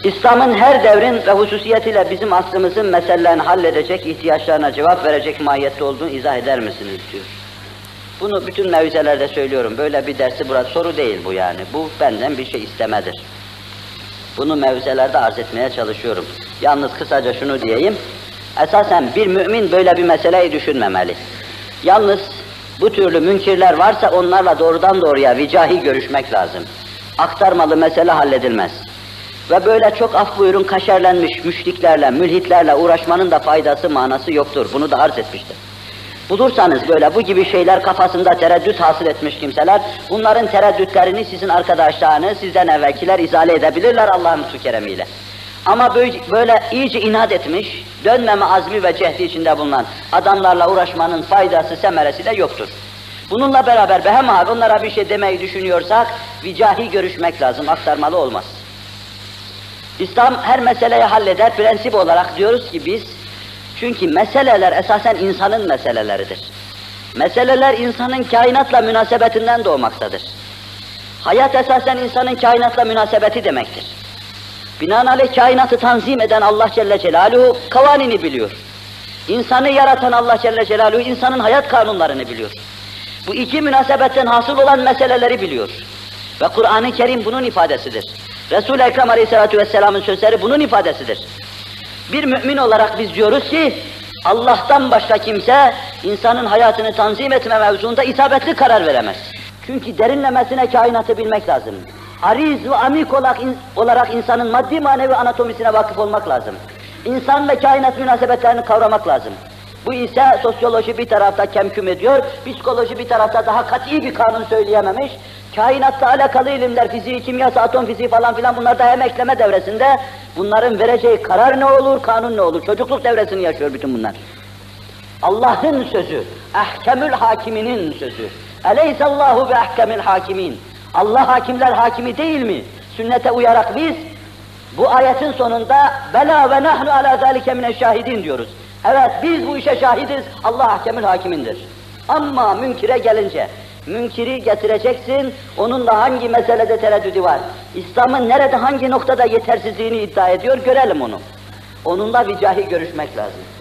İslam'ın her devrin ve hususiyetiyle bizim asrımızın meselelerini halledecek, ihtiyaçlarına cevap verecek mahiyette olduğunu izah eder misiniz diyor. Bunu bütün mevizelerde söylüyorum. Böyle bir dersi burada soru değil bu yani. Bu benden bir şey istemedir. Bunu mevizelerde arz etmeye çalışıyorum. Yalnız kısaca şunu diyeyim. Esasen bir mümin böyle bir meseleyi düşünmemeli. Yalnız bu türlü münkirler varsa onlarla doğrudan doğruya vicahi görüşmek lazım. Aktarmalı mesele halledilmez. Ve böyle çok af buyurun kaşerlenmiş müşriklerle, mülhitlerle uğraşmanın da faydası, manası yoktur. Bunu da arz etmiştim. Bulursanız böyle bu gibi şeyler kafasında tereddüt hasıl etmiş kimseler, bunların tereddütlerini sizin arkadaşlarınız, sizden evvelkiler izale edebilirler Allah'ın lütfu keremiyle. Ama böyle iyice inat etmiş, dönmeme azmi ve cehdi içinde bulunan adamlarla uğraşmanın faydası, semeresi de yoktur. Bununla beraber behemhal onlara bir şey demeyi düşünüyorsak, vicahi görüşmek lazım, aktarmalı olmaz. İslam her meseleyi halleder, prensip olarak diyoruz ki biz, çünkü meseleler esasen insanın meseleleridir. Meseleler insanın kainatla münasebetinden doğmaktadır. Hayat esasen insanın kainatla münasebeti demektir. Binaenaleyh kainatı tanzim eden Allah Celle Celaluhu kavanini biliyor. İnsanı yaratan Allah Celle Celaluhu insanın hayat kanunlarını biliyor. Bu iki münasebetten hasıl olan meseleleri biliyor. Ve Kur'an-ı Kerim bunun ifadesidir. Resul-i Ekrem Aleyhisselatü Vesselam'ın sözleri bunun ifadesidir. Bir mümin olarak biz diyoruz ki, Allah'tan başka kimse insanın hayatını tanzim etme mevzuunda isabetli karar veremez. Çünkü derinlemesine kainatı bilmek lazım. Ariz ve amik olarak insanın maddi manevi anatomisine vakıf olmak lazım. İnsan ve kainat münasebetlerini kavramak lazım. Bu ise sosyoloji bir tarafta kemküm ediyor, psikoloji bir tarafta daha kat'i bir kanun söyleyememiş. Kainatla alakalı ilimler, fiziği, kimyası, atom fiziği falan filan bunlar da hem ekleme devresinde. Bunların vereceği karar ne olur, kanun ne olur? Çocukluk devresini yaşıyor bütün bunlar. Allah'ın sözü, ahkemül hakiminin sözü. Eleysallahu be ahkemül hakimin. Allah hakimler hakimi değil mi? Sünnete uyarak biz bu ayetin sonunda bela ve nahnu ala zalike mineşşahidin diyoruz. Evet biz bu işe şahidiz. Allah ahkemül hakimindir. Ama münkire gelince münkiri getireceksin. Onunla hangi meselede tereddüdü var? İslam'ın nerede hangi noktada yetersizliğini iddia ediyor görelim onu. Onunla vicahi görüşmek lazım.